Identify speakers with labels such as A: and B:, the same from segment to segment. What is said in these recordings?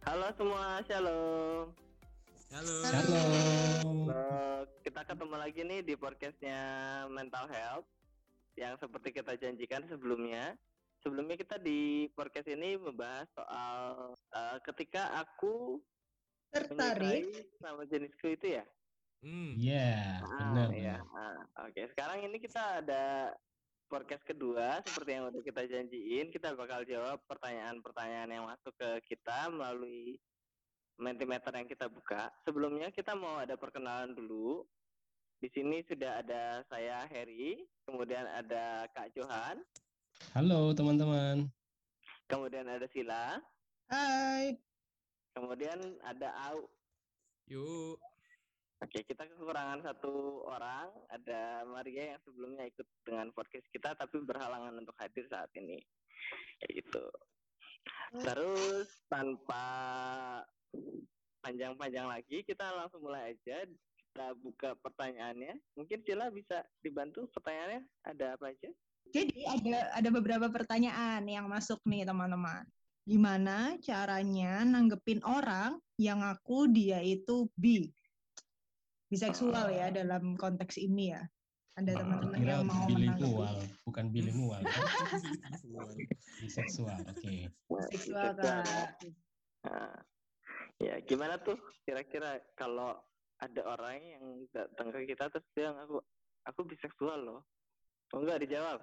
A: Halo semua, shalom.
B: Halo.
C: Shalom.
A: Kita ketemu lagi nih di podcastnya Mental Health yang seperti kita janjikan sebelumnya. Sebelumnya kita di podcast ini membahas soal ketika aku menyukai sama jenisku itu ya.
C: Iya, benar.
A: Ya. Oke, sekarang ini kita ada podcast kedua seperti yang udah kita janjiin. Kita bakal jawab pertanyaan-pertanyaan yang masuk ke kita melalui Mentimeter yang kita buka. Sebelumnya kita mau ada perkenalan dulu. Di sini sudah ada saya Heri, kemudian ada Kak Johan.
C: Halo teman-teman.
A: Kemudian ada Sila.
D: Hai.
A: Kemudian ada Au.
B: Yuk.
A: Oke, kita kekurangan satu orang. Ada Maria yang sebelumnya ikut dengan podcast kita tapi berhalangan untuk hadir saat ini. Kayak gitu. Terus tanpa panjang-panjang lagi, kita langsung mulai aja. Kita buka pertanyaannya. Mungkin Sila bisa dibantu pertanyaannya ada apa aja?
D: Jadi ada beberapa pertanyaan yang masuk nih teman-teman. Gimana caranya nanggepin orang yang ngaku dia itu biseksual ya dalam konteks ini ya? Ada teman-teman yang mau
C: bilingual, bukan bilingual. Biseksual, oke.
D: Biseksual Kak.
A: Ya, gimana tuh kira-kira kalau ada orang yang datang ke kita terus dia ngaku aku biseksual loh. Oh enggak dijawab.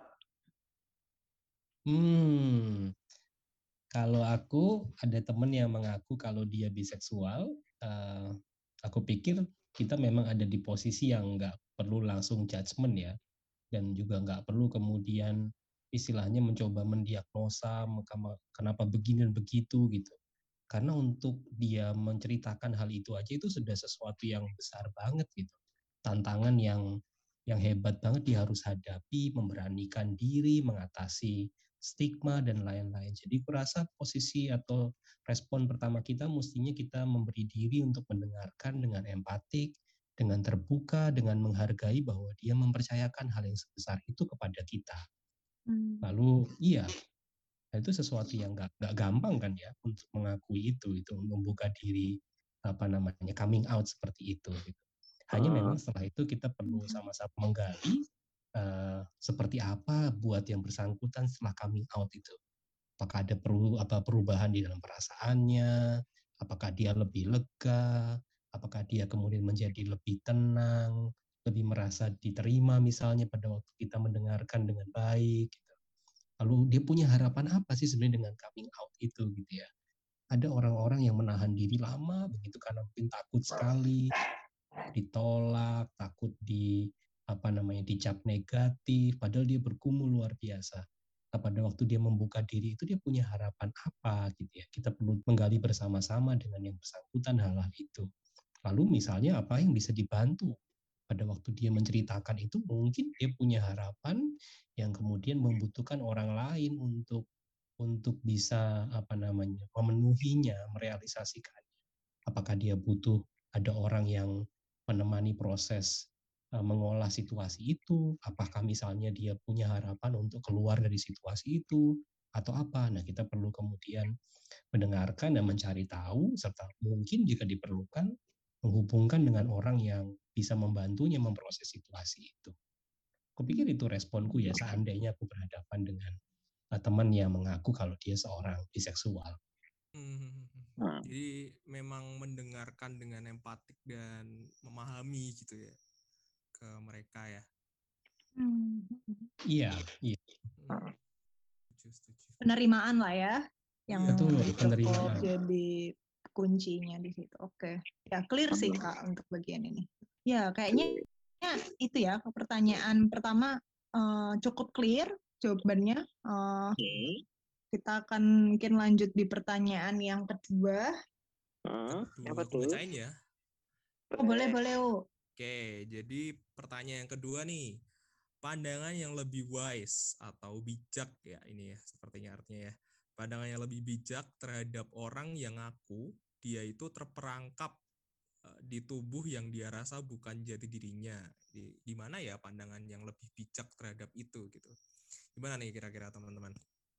C: Kalau aku ada temen yang mengaku kalau dia biseksual, aku pikir kita memang ada di posisi yang nggak perlu langsung judgement ya, dan juga nggak perlu kemudian istilahnya mencoba mendiagnosa kenapa begini dan begitu gitu. Karena untuk dia menceritakan hal itu aja itu sudah sesuatu yang besar banget gitu. Tantangan yang hebat banget dia harus hadapi, memberanikan diri, mengatasi stigma dan lain-lain. Jadi kurasa posisi atau respon pertama kita mestinya kita memberi diri untuk mendengarkan dengan empatik, dengan terbuka, dengan menghargai bahwa dia mempercayakan hal yang sebesar itu kepada kita. Lalu iya, itu sesuatu yang nggak gampang kan ya untuk mengakui itu membuka diri coming out seperti itu gitu. Hanya memang setelah itu kita perlu sama-sama menggali seperti apa buat yang bersangkutan setelah coming out itu. Apakah ada perubahan di dalam perasaannya, apakah dia lebih lega, apakah dia kemudian menjadi lebih tenang, lebih merasa diterima misalnya pada waktu kita mendengarkan dengan baik. Lalu dia punya harapan apa sih sebenarnya dengan coming out itu gitu ya. Ada orang-orang yang menahan diri lama begitu karena mungkin takut sekali ditolak, takut dicap negatif, padahal dia bergumul luar biasa. Nah, pada waktu dia membuka diri itu dia punya harapan apa gitu ya. Kita perlu menggali bersama-sama dengan yang bersangkutan hal-hal itu. Lalu misalnya apa yang bisa dibantu pada waktu dia menceritakan itu, mungkin dia punya harapan yang kemudian membutuhkan orang lain untuk bisa memenuhinya, merealisasikannya. Apakah dia butuh ada orang yang menemani proses mengolah situasi itu? Apakah misalnya dia punya harapan untuk keluar dari situasi itu atau apa? Nah, kita perlu kemudian mendengarkan dan mencari tahu serta mungkin jika diperlukan menghubungkan dengan orang yang bisa membantunya memproses situasi itu. Kupikir itu responku ya seandainya aku berhadapan dengan teman yang mengaku kalau dia seorang biseksual.
B: Jadi memang mendengarkan dengan empatik dan memahami gitu ya ke mereka ya.
C: Iya.
B: Setuju.
D: Penerimaan lah ya, yang
C: betul, penerimaan
D: jadi kuncinya di situ. Oke. Ya clear sih Kak untuk bagian ini. Ya kayaknya itu ya pertanyaan pertama cukup clear jawabannya. Kita akan mungkin lanjut di pertanyaan yang kedua.
B: Aku bacain ya.
D: Boleh.
B: Oke, jadi pertanyaan yang kedua nih. Pandangan yang lebih wise atau bijak ya ini ya sepertinya artinya ya. Pandangan yang lebih bijak terhadap orang yang ngaku dia itu terperangkap di tubuh yang dia rasa bukan jati dirinya. Gimana ya pandangan yang lebih bijak terhadap itu gitu. Gimana nih kira-kira teman-teman?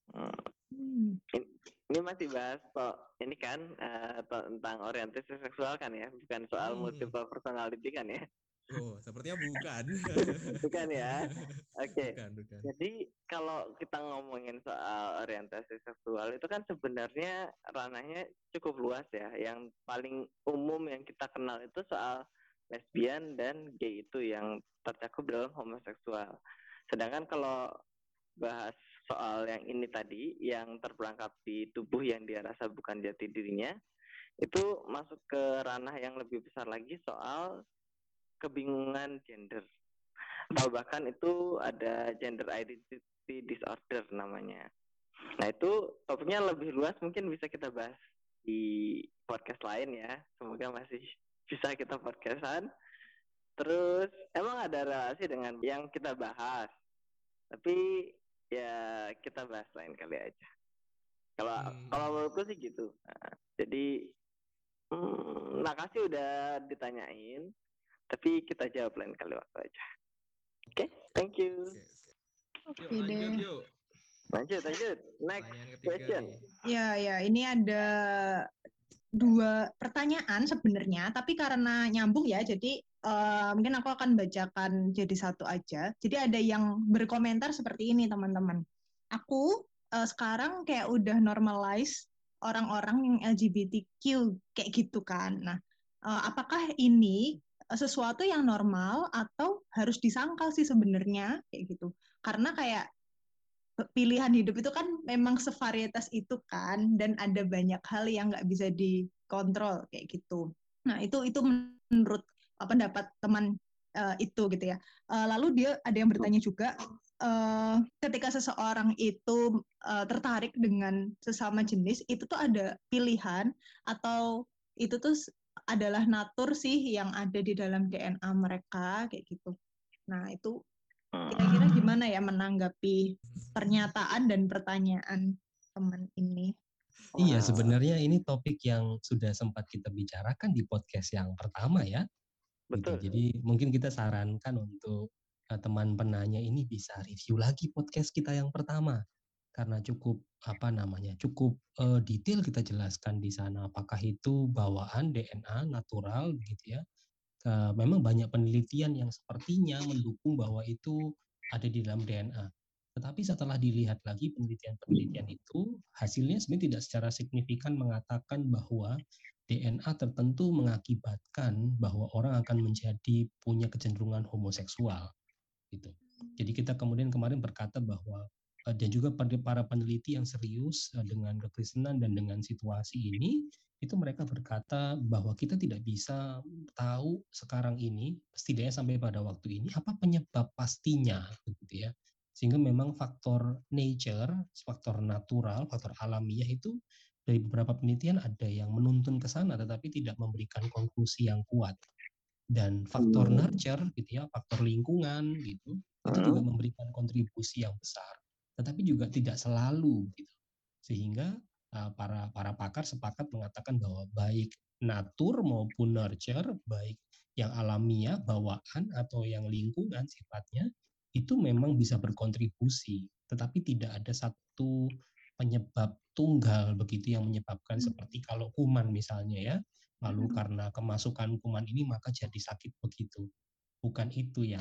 A: Hmm. Ini masih bahas ini kan tentang orientasi seksual kan ya, bukan soal multiple personality kan ya?
B: Oh, sepertinya bukan.
A: Bukan ya? Oke.
B: Bukan.
A: Jadi kalau kita ngomongin soal orientasi seksual itu kan sebenarnya ranahnya cukup luas ya. Yang paling umum yang kita kenal itu soal lesbian dan gay itu yang tercakup dalam homoseksual. Sedangkan kalau bahas soal yang ini tadi, yang terperangkap di tubuh yang dia rasa bukan jati dirinya, itu masuk ke ranah yang lebih besar lagi soal kebingungan gender. Atau bahkan itu ada gender identity disorder namanya. Nah itu topiknya lebih luas, mungkin bisa kita bahas di podcast lain ya. Semoga masih bisa kita podcastan. Terus emang ada relasi dengan yang kita bahas, tapi ya kita bahas lain kali aja. Kalau menurutku sih gitu. Nah, jadi makasih udah ditanyain, tapi kita jawab lain kali waktu aja. Oke, thank you.
D: Oke deh.
A: Lanjut. Next question.
D: Ya, ini ada 2 pertanyaan sebenarnya, tapi karena nyambung ya, jadi mungkin aku akan bacakan jadi satu aja. Jadi ada yang berkomentar seperti ini, teman-teman. Aku sekarang kayak udah normalize orang-orang yang LGBTQ kayak gitu kan. Nah, apakah ini sesuatu yang normal atau harus disangkal sih sebenarnya kayak gitu? Karena kayak pilihan hidup itu kan memang sevarietas itu kan, dan ada banyak hal yang nggak bisa dikontrol kayak gitu. Nah itu menurut pendapat teman itu gitu ya. Lalu dia ada yang bertanya juga, ketika seseorang itu tertarik dengan sesama jenis, itu tuh ada pilihan atau itu tuh adalah natur sih yang ada di dalam DNA mereka kayak gitu. Nah itu kira-kira gimana ya menanggapi pernyataan dan pertanyaan teman ini?
C: Iya, sebenarnya ini topik yang sudah sempat kita bicarakan di podcast yang pertama ya.
A: Betul.
C: Gitu. Jadi mungkin kita sarankan untuk teman penanya ini bisa review lagi podcast kita yang pertama. Karena cukup cukup detail kita jelaskan di sana apakah itu bawaan DNA natural gitu ya. Memang banyak penelitian yang sepertinya mendukung bahwa itu ada di dalam DNA. Tetapi setelah dilihat lagi penelitian-penelitian itu, hasilnya sebenarnya tidak secara signifikan mengatakan bahwa DNA tertentu mengakibatkan bahwa orang akan menjadi punya kecenderungan homoseksual. Gitu. Jadi kita kemudian kemarin berkata bahwa dan juga para peneliti yang serius dengan kekristenan dan dengan situasi ini, itu mereka berkata bahwa kita tidak bisa tahu sekarang ini, setidaknya sampai pada waktu ini, apa penyebab pastinya, gitu ya. Sehingga memang faktor nature, faktor natural, faktor alamiah itu dari beberapa penelitian ada yang menuntun ke sana, tetapi tidak memberikan konklusi yang kuat. Dan faktor nurture, gitu ya, faktor lingkungan, gitu, itu juga memberikan kontribusi yang besar. Tetapi juga tidak selalu, gitu. Sehingga para pakar sepakat mengatakan bahwa baik natur maupun nurture, baik yang alamiah, bawaan, atau yang lingkungan sifatnya, itu memang bisa berkontribusi. Tetapi tidak ada satu penyebab tunggal begitu yang menyebabkan seperti kalau kuman misalnya ya, lalu karena kemasukan kuman ini maka jadi sakit begitu. Bukan itu yang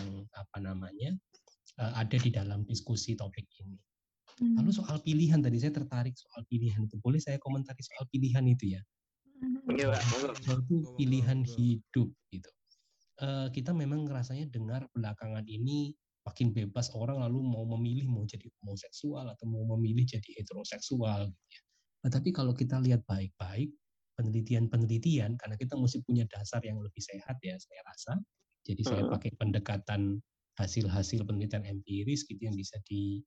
C: ada di dalam diskusi topik ini. Lalu soal pilihan tadi saya tertarik soal pilihan itu. Boleh saya komentari soal pilihan itu ya? Soal itu pilihan hidup gitu. Kita memang rasanya dengar belakangan ini makin bebas orang lalu mau memilih mau jadi homoseksual atau mau memilih jadi heteroseksual gitu ya. Tetapi kalau kita lihat baik-baik penelitian-penelitian, karena kita mesti punya dasar yang lebih sehat ya saya rasa. Jadi saya pakai pendekatan hasil-hasil penelitian empiris gitu yang bisa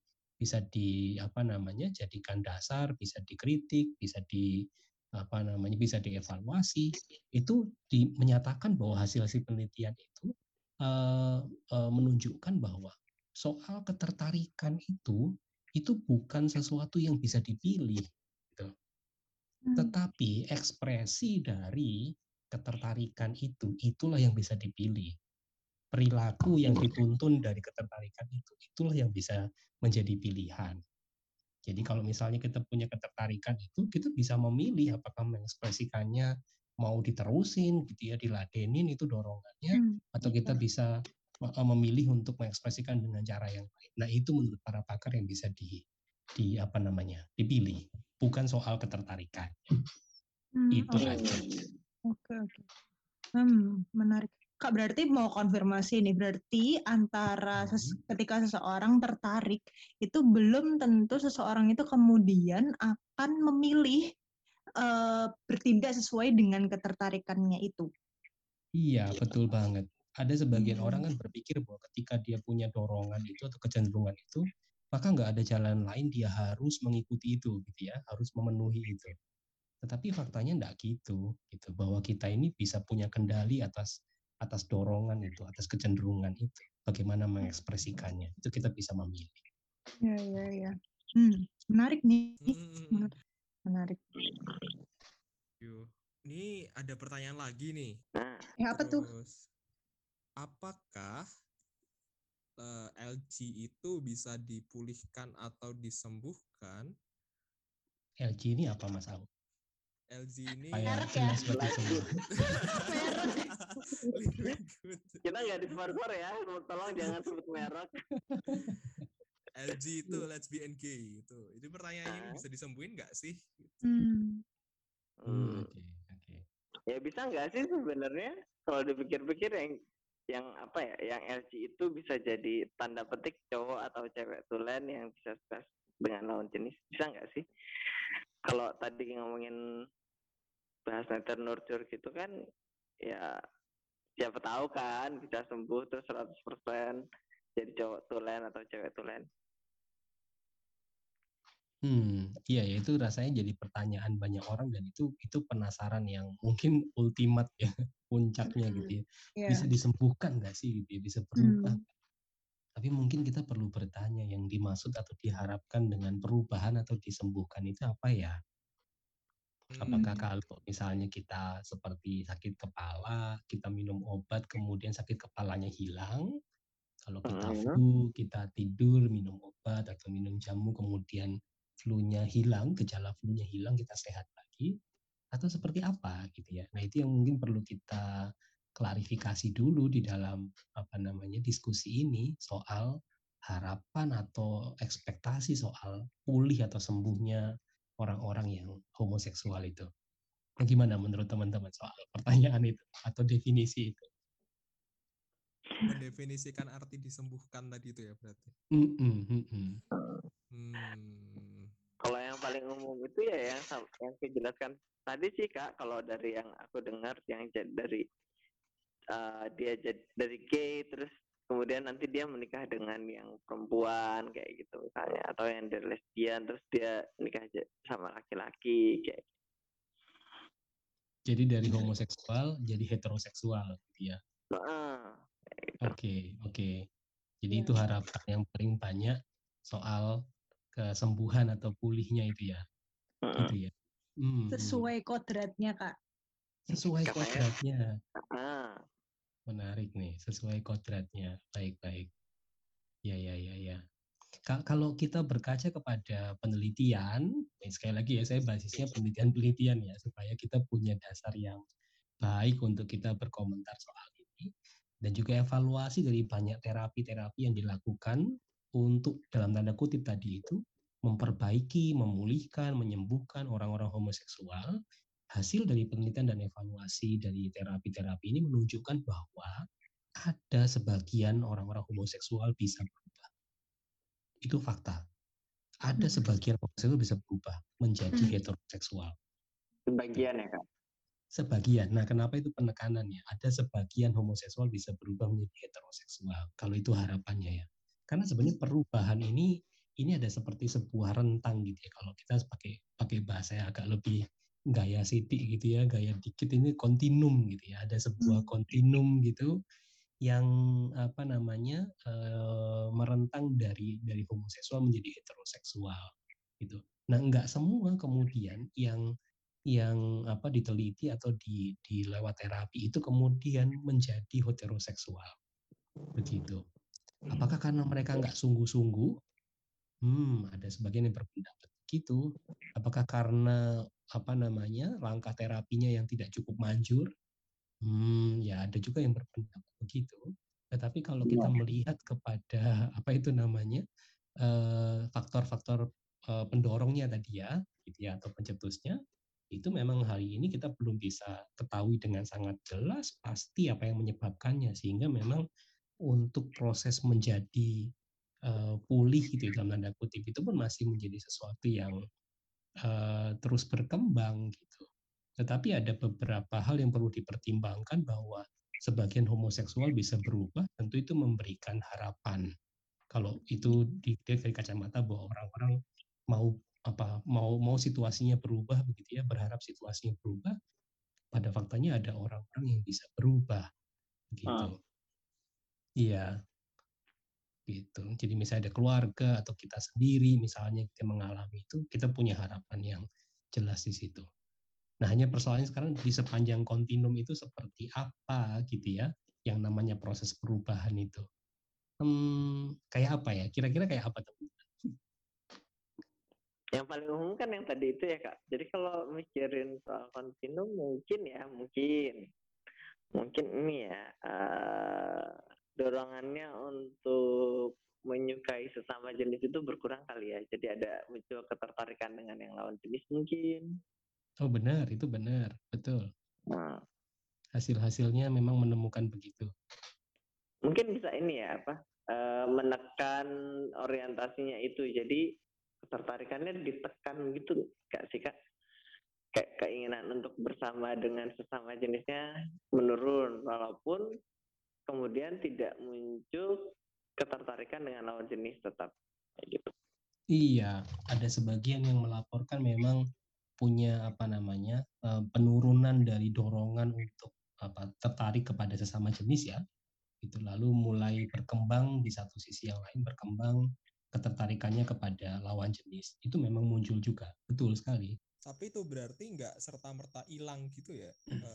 C: jadikan dasar, bisa dikritik, bisa dievaluasi. Itu menyatakan bahwa hasil-hasil penelitian itu menunjukkan bahwa soal ketertarikan itu bukan sesuatu yang bisa dipilih, gitu. Tetapi ekspresi dari ketertarikan itulah yang bisa dipilih. Perilaku yang dituntun dari ketertarikan itulah yang bisa menjadi pilihan. Jadi kalau misalnya kita punya ketertarikan itu, kita bisa memilih apakah mengekspresikannya mau diterusin gitu ya, diladenin itu dorongannya, atau kita bisa memilih untuk mengekspresikan dengan cara yang lain. Nah itu menurut para pakar yang bisa dipilih, bukan soal ketertarikan. Itu aja.
D: Oke. Menarik. Kak, berarti mau konfirmasi nih, berarti antara ketika seseorang tertarik, itu belum tentu seseorang itu kemudian akan memilih bertindak sesuai dengan ketertarikannya itu.
C: Iya, betul banget. Ada sebagian orang kan berpikir bahwa ketika dia punya dorongan itu atau kecenderungan itu, maka nggak ada jalan lain, dia harus mengikuti itu, gitu ya, harus memenuhi itu. Tetapi faktanya enggak gitu, bahwa kita ini bisa punya kendali atas dorongan itu, atas kecenderungan itu. Bagaimana mengekspresikannya, itu kita bisa memilih.
D: Ya. Menarik nih. Menarik.
B: Ini ada pertanyaan lagi nih.
D: Ya, apa tuh?
B: Apakah LG itu bisa dipulihkan atau disembuhkan?
C: LG ini apa, Mas Au?
B: LG ini
D: merek ya.
A: Kita nggak disponsor ya, tolong jangan sebut merek.
B: LG itu Let's Be Gay itu. Jadi pertanyaannya bisa disembuhin nggak sih?
C: Oke.
A: Ya bisa nggak sih sebenarnya kalau dipikir-pikir yang apa ya, yang LG itu bisa jadi tanda petik cowok atau cewek tulen yang bisa stres dengan lawan jenis, bisa nggak sih? Kalau tadi ngomongin bahas nature nurture gitu kan, ya siapa tahu kan bisa sembuh terus 100% jadi cowok tulen atau cewek tulen.
C: Iya ya, itu rasanya jadi pertanyaan banyak orang, dan itu penasaran yang mungkin ultimate ya, puncaknya gitu ya. Bisa disembuhkan nggak sih gitu ya, bisa berubah. Tapi mungkin kita perlu bertanya yang dimaksud atau diharapkan dengan perubahan atau disembuhkan itu apa ya? Apakah kalau misalnya kita seperti sakit kepala, kita minum obat kemudian sakit kepalanya hilang? Kalau kita flu, kita tidur minum obat atau minum jamu kemudian flu-nya hilang, gejala flu-nya hilang, kita sehat lagi? Atau seperti apa gitu ya? Nah itu yang mungkin perlu kita klarifikasi dulu di dalam diskusi ini soal harapan atau ekspektasi soal pulih atau sembuhnya orang-orang yang homoseksual itu. Nah, gimana menurut teman-teman soal pertanyaan itu atau definisi itu?
B: Mendefinisikan arti disembuhkan tadi itu ya berarti.
A: Kalau yang paling umum itu ya yang saya jelaskan tadi sih Kak, kalau dari yang aku dengar yang dari dia dari gay terus kemudian nanti dia menikah dengan yang perempuan kayak gitu misalnya, atau yang dari lesbian terus dia nikah sama laki-laki kayak.
C: Jadi dari homoseksual jadi heteroseksual gitu ya. Oke. Jadi itu harapan yang paling banyak soal kesembuhan atau pulihnya itu ya. Gitu ya.
D: Sesuai kodratnya, Kak.
C: Sesuai kodratnya. Menarik nih, sesuai kodratnya. Baik. Ya. Kalau kita berkaca kepada penelitian, sekali lagi ya saya basisnya penelitian ya, supaya kita punya dasar yang baik untuk kita berkomentar soal ini, dan juga evaluasi dari banyak terapi-terapi yang dilakukan untuk dalam tanda kutip tadi itu memperbaiki, memulihkan, menyembuhkan orang-orang homoseksual. Hasil dari penelitian dan evaluasi dari terapi-terapi ini menunjukkan bahwa ada sebagian orang-orang homoseksual bisa berubah. Itu fakta. Ada sebagian homoseksual bisa berubah menjadi heteroseksual.
A: Sebagian ya Kak?
C: Sebagian. Nah, kenapa itu penekanannya? Ada sebagian homoseksual bisa berubah menjadi heteroseksual. Kalau itu harapannya ya. Karena sebenarnya perubahan ini ada seperti sebuah rentang gitu ya. Kalau kita pakai bahasa yang agak lebih gaya sidik gitu ya, gaya dikit, ini kontinum gitu ya. Ada sebuah kontinum gitu yang merentang dari homoseksual menjadi heteroseksual gitu. Nah, enggak semua kemudian yang diteliti atau di lewat terapi itu kemudian menjadi heteroseksual begitu. Apakah karena mereka enggak sungguh-sungguh Ada sebagian yang berpendapat begitu. Apakah karena langkah terapinya yang tidak cukup manjur? Ya ada juga yang berpendapat begitu. Tetapi kalau kita melihat kepada faktor-faktor pendorongnya tadi ya, gitu ya, atau pencetusnya, itu memang hari ini kita belum bisa ketahui dengan sangat jelas pasti apa yang menyebabkannya, sehingga memang untuk proses menjadi pulih gitu ya, dalam tanda kutip, itu pun masih menjadi sesuatu yang terus berkembang gitu. Tetapi ada beberapa hal yang perlu dipertimbangkan bahwa sebagian homoseksual bisa berubah, tentu itu memberikan harapan. Kalau itu dilihat dari kacamata bahwa orang-orang mau situasinya berubah begitu ya, berharap situasinya berubah, pada faktanya ada orang-orang yang bisa berubah gitu. Iya, gitu. Jadi misalnya ada keluarga atau kita sendiri misalnya kita mengalami itu, kita punya harapan yang jelas di situ. Nah, hanya persoalannya sekarang di sepanjang kontinum itu seperti apa gitu ya, yang namanya proses perubahan itu. Kayak apa ya? Kira-kira kayak apa teman?
A: Yang paling umum kan yang tadi itu ya Kak. Jadi kalau mikirin soal kontinum mungkin ini ya dorongannya untuk menyukai sesama jenis itu berkurang kali ya. Jadi ada muncul ketertarikan dengan yang lawan jenis mungkin.
C: Oh benar, itu benar, betul.
A: Nah,
C: Hasil-hasilnya memang menemukan begitu.
A: mungkin bisa ini ya menekan orientasinya itu. Jadi ketertarikannya ditekan gitu Kak sih Kak. Kayak keinginan untuk bersama dengan sesama jenisnya menurun walaupun kemudian tidak muncul ketertarikan dengan lawan jenis tetap kayak gitu.
C: Iya, ada sebagian yang melaporkan memang punya penurunan dari dorongan untuk tertarik kepada sesama jenis ya. Itu lalu mulai berkembang di satu sisi yang lain berkembang ketertarikannya kepada lawan jenis. Itu memang muncul juga, betul sekali.
B: Tapi itu berarti nggak serta-merta hilang gitu ya,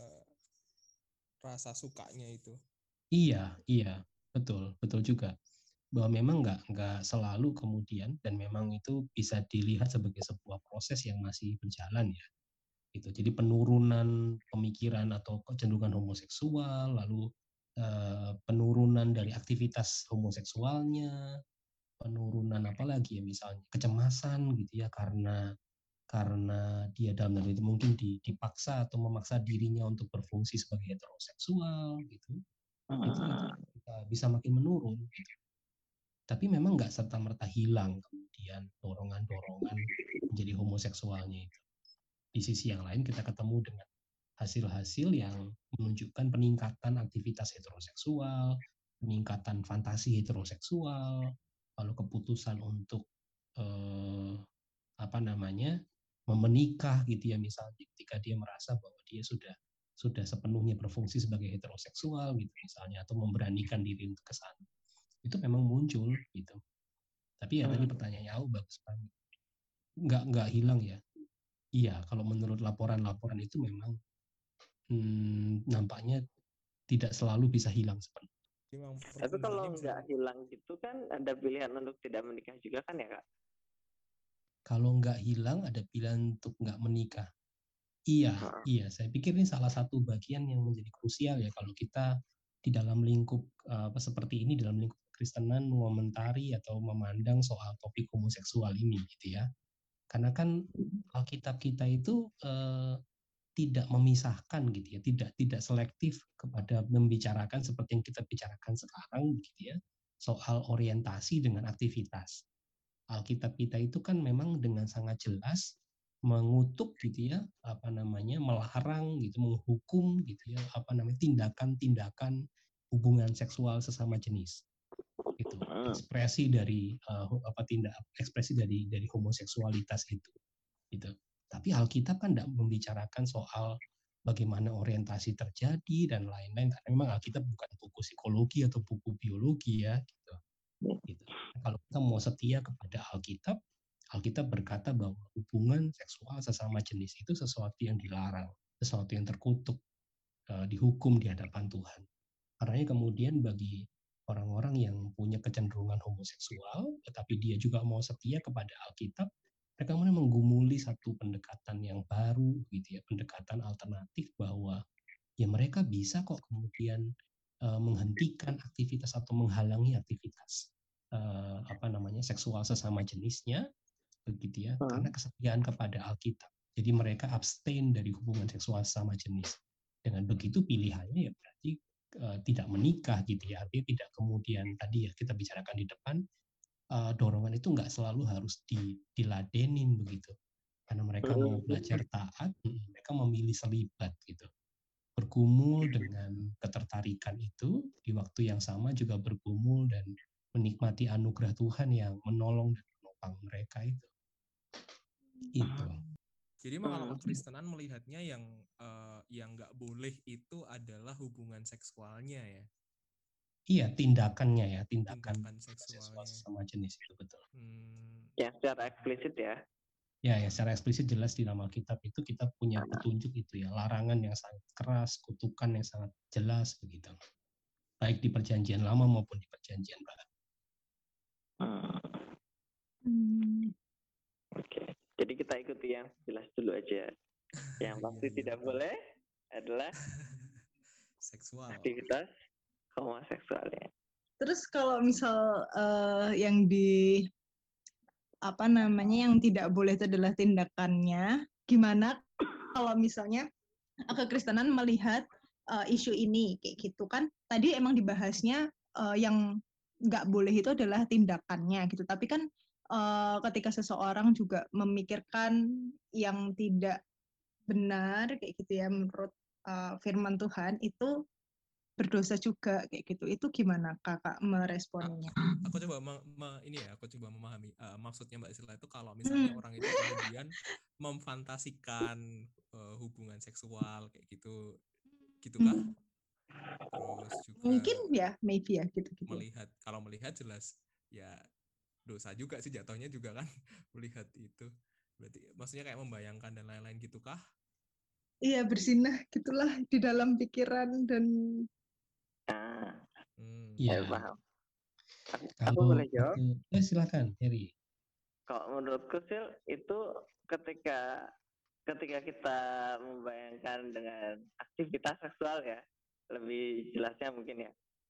B: rasa sukanya itu.
C: Iya, betul juga. Bahwa memang nggak selalu kemudian, dan memang itu bisa dilihat sebagai sebuah proses yang masih berjalan ya. Gitu. Jadi penurunan pemikiran atau kecenderungan homoseksual, lalu penurunan dari aktivitas homoseksualnya, penurunan apalagi ya misalnya kecemasan gitu ya karena dia dalam hal itu mungkin dipaksa atau memaksa dirinya untuk berfungsi sebagai heteroseksual gitu. Itu bisa makin menurun gitu. Tapi memang nggak serta-merta hilang kemudian dorongan-dorongan menjadi homoseksualnya itu. Di sisi yang lain kita ketemu dengan hasil-hasil yang menunjukkan peningkatan aktivitas heteroseksual, peningkatan fantasi heteroseksual, lalu keputusan untuk menikah gitu ya misalnya ketika dia merasa bahwa dia sudah sepenuhnya berfungsi sebagai heteroseksual gitu misalnya, atau memberanikan diri untuk ke sana. Itu memang muncul gitu. Tapi ya tadi pertanyaannya bagus banget. Nggak hilang ya. Iya, kalau menurut laporan-laporan itu memang nampaknya tidak selalu bisa hilang sepenuhnya.
A: Tapi kalau nggak hilang gitu kan ada pilihan untuk tidak menikah juga kan ya Kak?
C: Kalau nggak hilang ada pilihan untuk nggak menikah. Iya. Saya pikir ini salah satu bagian yang menjadi krusial ya kalau kita di dalam lingkup seperti ini, dalam lingkup Kristenan mengomentari atau memandang soal topik homoseksual ini gitu ya. Karena kan Alkitab kita itu tidak memisahkan gitu ya, tidak selektif kepada membicarakan seperti yang kita bicarakan sekarang gitu ya, soal orientasi dengan aktivitas. Alkitab kita itu kan memang dengan sangat jelas mengutuk gitu ya, melarang gitu, menghukum gitu ya, tindakan-tindakan hubungan seksual sesama jenis. Itu ekspresi dari ekspresi dari homoseksualitas itu. Gitu. Tapi Alkitab kan tidak membicarakan soal bagaimana orientasi terjadi dan lain-lain, karena memang Alkitab bukan buku psikologi atau buku biologi ya. Gitu. Kalau kita mau setia kepada Alkitab, Alkitab berkata bahwa hubungan seksual sesama jenis itu sesuatu yang dilarang, sesuatu yang terkutuk, dihukum di hadapan Tuhan. Karena kemudian bagi orang-orang yang punya kecenderungan homoseksual, tetapi dia juga mau setia kepada Alkitab, mereka kemudian menggumuli satu pendekatan yang baru, gitu ya, pendekatan alternatif bahwa ya mereka bisa kok kemudian menghentikan aktivitas atau menghalangi aktivitas seksual sesama jenisnya, begitu ya, karena kesetiaan kepada Alkitab. Jadi mereka abstain dari hubungan seksual sesama jenis. Dengan begitu pilihannya ya berarti tidak menikah gitu ya, artinya tidak kemudian tadi ya kita bicarakan di depan, dorongan itu nggak selalu harus diladenin begitu, karena mereka mau belajar taat, mereka memilih selibat gitu, bergumul dengan ketertarikan itu, di waktu yang sama juga bergumul dan menikmati anugerah Tuhan yang menolong dan menopang mereka itu.
B: Jadi kalau kekristenan melihatnya yang nggak boleh itu adalah hubungan seksualnya ya.
C: Iya, tindakannya ya, tindakan
B: seksual
C: sama jenis itu betul.
A: Ya, secara eksplisit ya.
C: Ya, secara eksplisit jelas di dalam Alkitab itu kita punya petunjuk itu ya, larangan yang sangat keras, kutukan yang sangat jelas begitu. Baik di Perjanjian Lama maupun di Perjanjian Baru.
A: Oke. Jadi kita ikuti yang jelas dulu aja. Yang pasti tidak boleh adalah
B: seksual.
A: Aktivitas homoseksualnya.
D: Terus kalau misal yang yang tidak boleh itu adalah tindakannya, gimana kalau misalnya kekristenan melihat isu ini kayak gitu kan? Tadi emang dibahasnya yang nggak boleh itu adalah tindakannya gitu, tapi kan ketika seseorang juga memikirkan yang tidak benar kayak gitu ya menurut firman Tuhan itu berdosa juga kayak gitu. Itu gimana Kakak meresponnya?
B: Aku coba aku coba memahami maksudnya Mbak Sila itu kalau misalnya orang itu kemudian memfantasikan hubungan seksual kayak gitu kah? Terus juga
D: mungkin ya, maybe ya gitu.
B: Kalau melihat jelas ya dosa juga sih jatuhnya juga kan melihat itu. Berarti maksudnya kayak membayangkan dan lain-lain gitu kah?
D: Iya, berzinah gitulah di dalam pikiran dan
A: Iya, paham. Aku
C: Kalau
A: boleh jawab?
C: Silakan, Heri.
A: Kalau menurutku sih itu ketika kita membayangkan dengan aktivitas seksual ya, lebih jelasnya mungkin ya,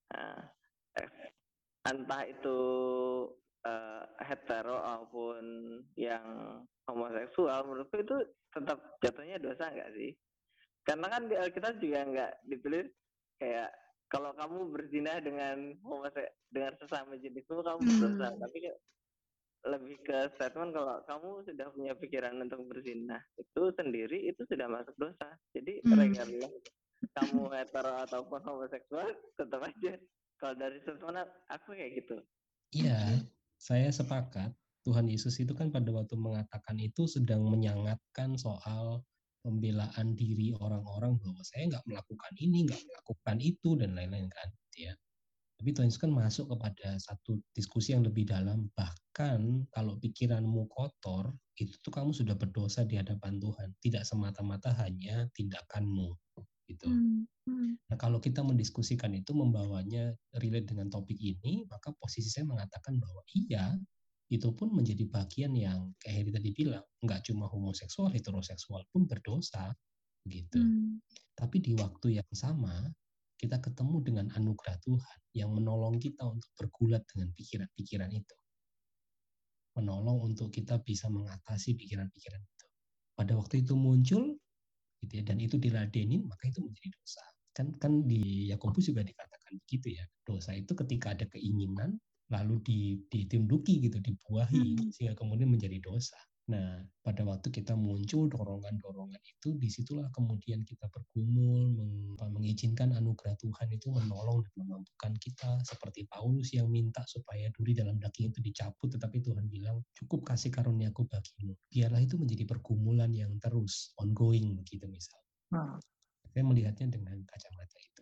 A: entah itu hetero maupun yang homoseksual, menurutku itu tetap jatuhnya dosa nggak sih? Karena kan di Alkitab juga nggak ditulis kayak kalau kamu berzina dengan sesama jenismu kamu berdosa, tapi lebih ke statement kalau kamu sudah punya pikiran untuk berzina itu sendiri itu sudah masuk dosa. Jadi regardless kamu hetero ataupun homoseksual tetap aja. Kalau dari statement aku kayak gitu.
C: Iya, saya sepakat. Tuhan Yesus itu kan pada waktu mengatakan itu sedang menyangatkan soal pembelaan diri orang-orang bahwa saya nggak melakukan ini, nggak melakukan itu, dan lain-lain kan. Ya. Tapi Tuhan Yesus kan masuk kepada satu diskusi yang lebih dalam. Bahkan kalau pikiranmu kotor, itu tuh kamu sudah berdosa di hadapan Tuhan. Tidak semata-mata hanya tindakanmu. Gitu. Nah kalau kita mendiskusikan itu membawanya relate dengan topik ini, maka posisi saya mengatakan bahwa iya, itu pun menjadi bagian yang kayak Heri tadi bilang, nggak cuma homoseksual, heteroseksual pun berdosa, gitu. Tapi di waktu yang sama, kita ketemu dengan anugerah Tuhan yang menolong kita untuk bergulat dengan pikiran-pikiran itu. Menolong untuk kita bisa mengatasi pikiran-pikiran itu. Pada waktu itu muncul, gitu ya, dan itu diladenin, maka itu menjadi dosa. Kan di Yakobus juga dikatakan begitu ya, dosa itu ketika ada keinginan lalu ditinduki gitu, dibuahi sehingga kemudian menjadi dosa. Nah, pada waktu kita muncul dorongan-dorongan itu, disitulah kemudian kita bergumul, mengizinkan anugerah Tuhan itu menolong dan memampukan kita, seperti Paulus yang minta supaya duri dalam daging itu dicabut, tetapi Tuhan bilang, cukup kasih karuniaku bagimu. Biarlah itu menjadi pergumulan yang terus, ongoing begitu misalnya. Saya melihatnya dengan kacamata itu.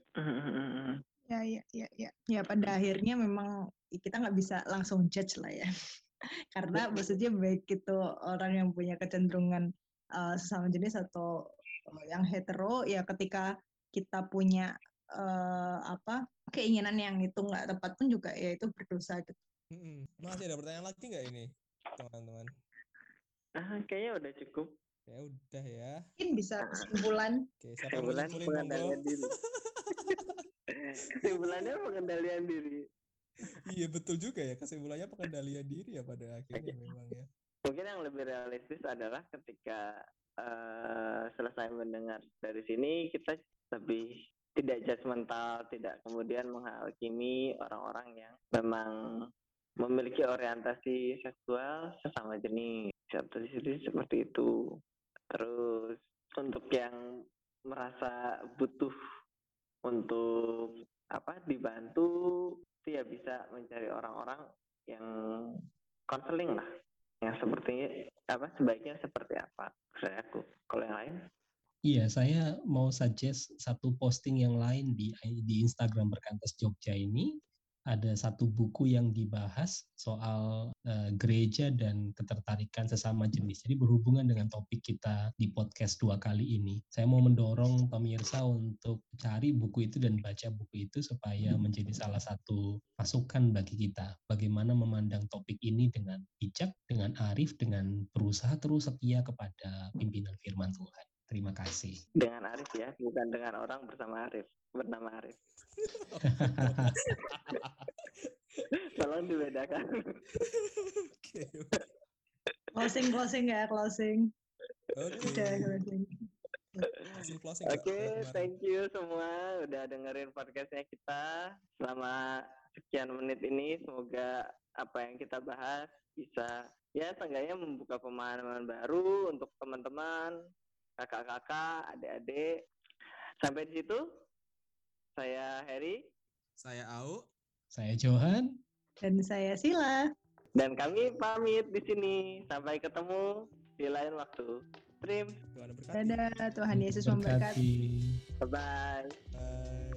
D: Ya pada akhirnya memang kita nggak bisa langsung judge lah ya. Karena maksudnya baik itu orang yang punya kecenderungan sesama jenis atau yang hetero, ya ketika kita punya keinginan yang itu nggak tepat pun juga ya itu berdosa gitu.
B: Masih ada pertanyaan lagi nggak ini, teman-teman?
A: Kayaknya udah cukup.
B: Ya udah ya.
D: Mungkin bisa kesimpulan.
B: Oke, siapa yang mau
A: Kesimpulan
B: nyimpulin, monggo?
A: pengendalian diri. Kesimpulannya pengendalian diri.
B: Iya betul juga ya, kesimpulannya pengendalian diri ya pada akhirnya memang ya.
A: Mungkin yang lebih realistis adalah ketika selesai mendengar dari sini kita lebih tidak judgmental, tidak kemudian menghakimi orang-orang yang memang memiliki orientasi seksual sesama jenis. Jadi seperti itu. Terus untuk yang merasa butuh untuk dibantu, dia bisa mencari orang-orang yang konseling lah, yang sepertinya sebaiknya seperti apa. Saya aku, kalau yang lain?
C: Iya, saya mau suggest satu posting yang lain di Instagram Berkantas Jogja ini. Ada satu buku yang dibahas soal gereja dan ketertarikan sesama jenis. Jadi berhubungan dengan topik kita di podcast 2 kali ini. Saya mau mendorong pemirsa untuk cari buku itu dan baca buku itu supaya menjadi salah satu masukan bagi kita. Bagaimana memandang topik ini dengan bijak, dengan arif, dengan berusaha terus setia kepada pimpinan firman Tuhan. Terima kasih.
A: Dengan Arif ya, bukan dengan orang bernama Arif. Tolong dibedakan.
D: Closing ya, closing.
B: Oke.
A: Oke, thank you semua udah dengerin podcastnya kita selama sekian menit ini. Semoga apa yang kita bahas bisa ya seenggaknya membuka pemahaman baru untuk teman-teman, kakak-kakak, adik-adik. Sampai di situ. Saya Heri.
B: Saya Au.
C: Saya Johan.
D: Dan saya Sila.
A: Dan kami pamit di sini. Sampai ketemu di lain waktu. Trim.
B: Tuhan berkati.
D: Dadah, Tuhan Yesus memberkati.
A: Bye-bye.
B: Bye.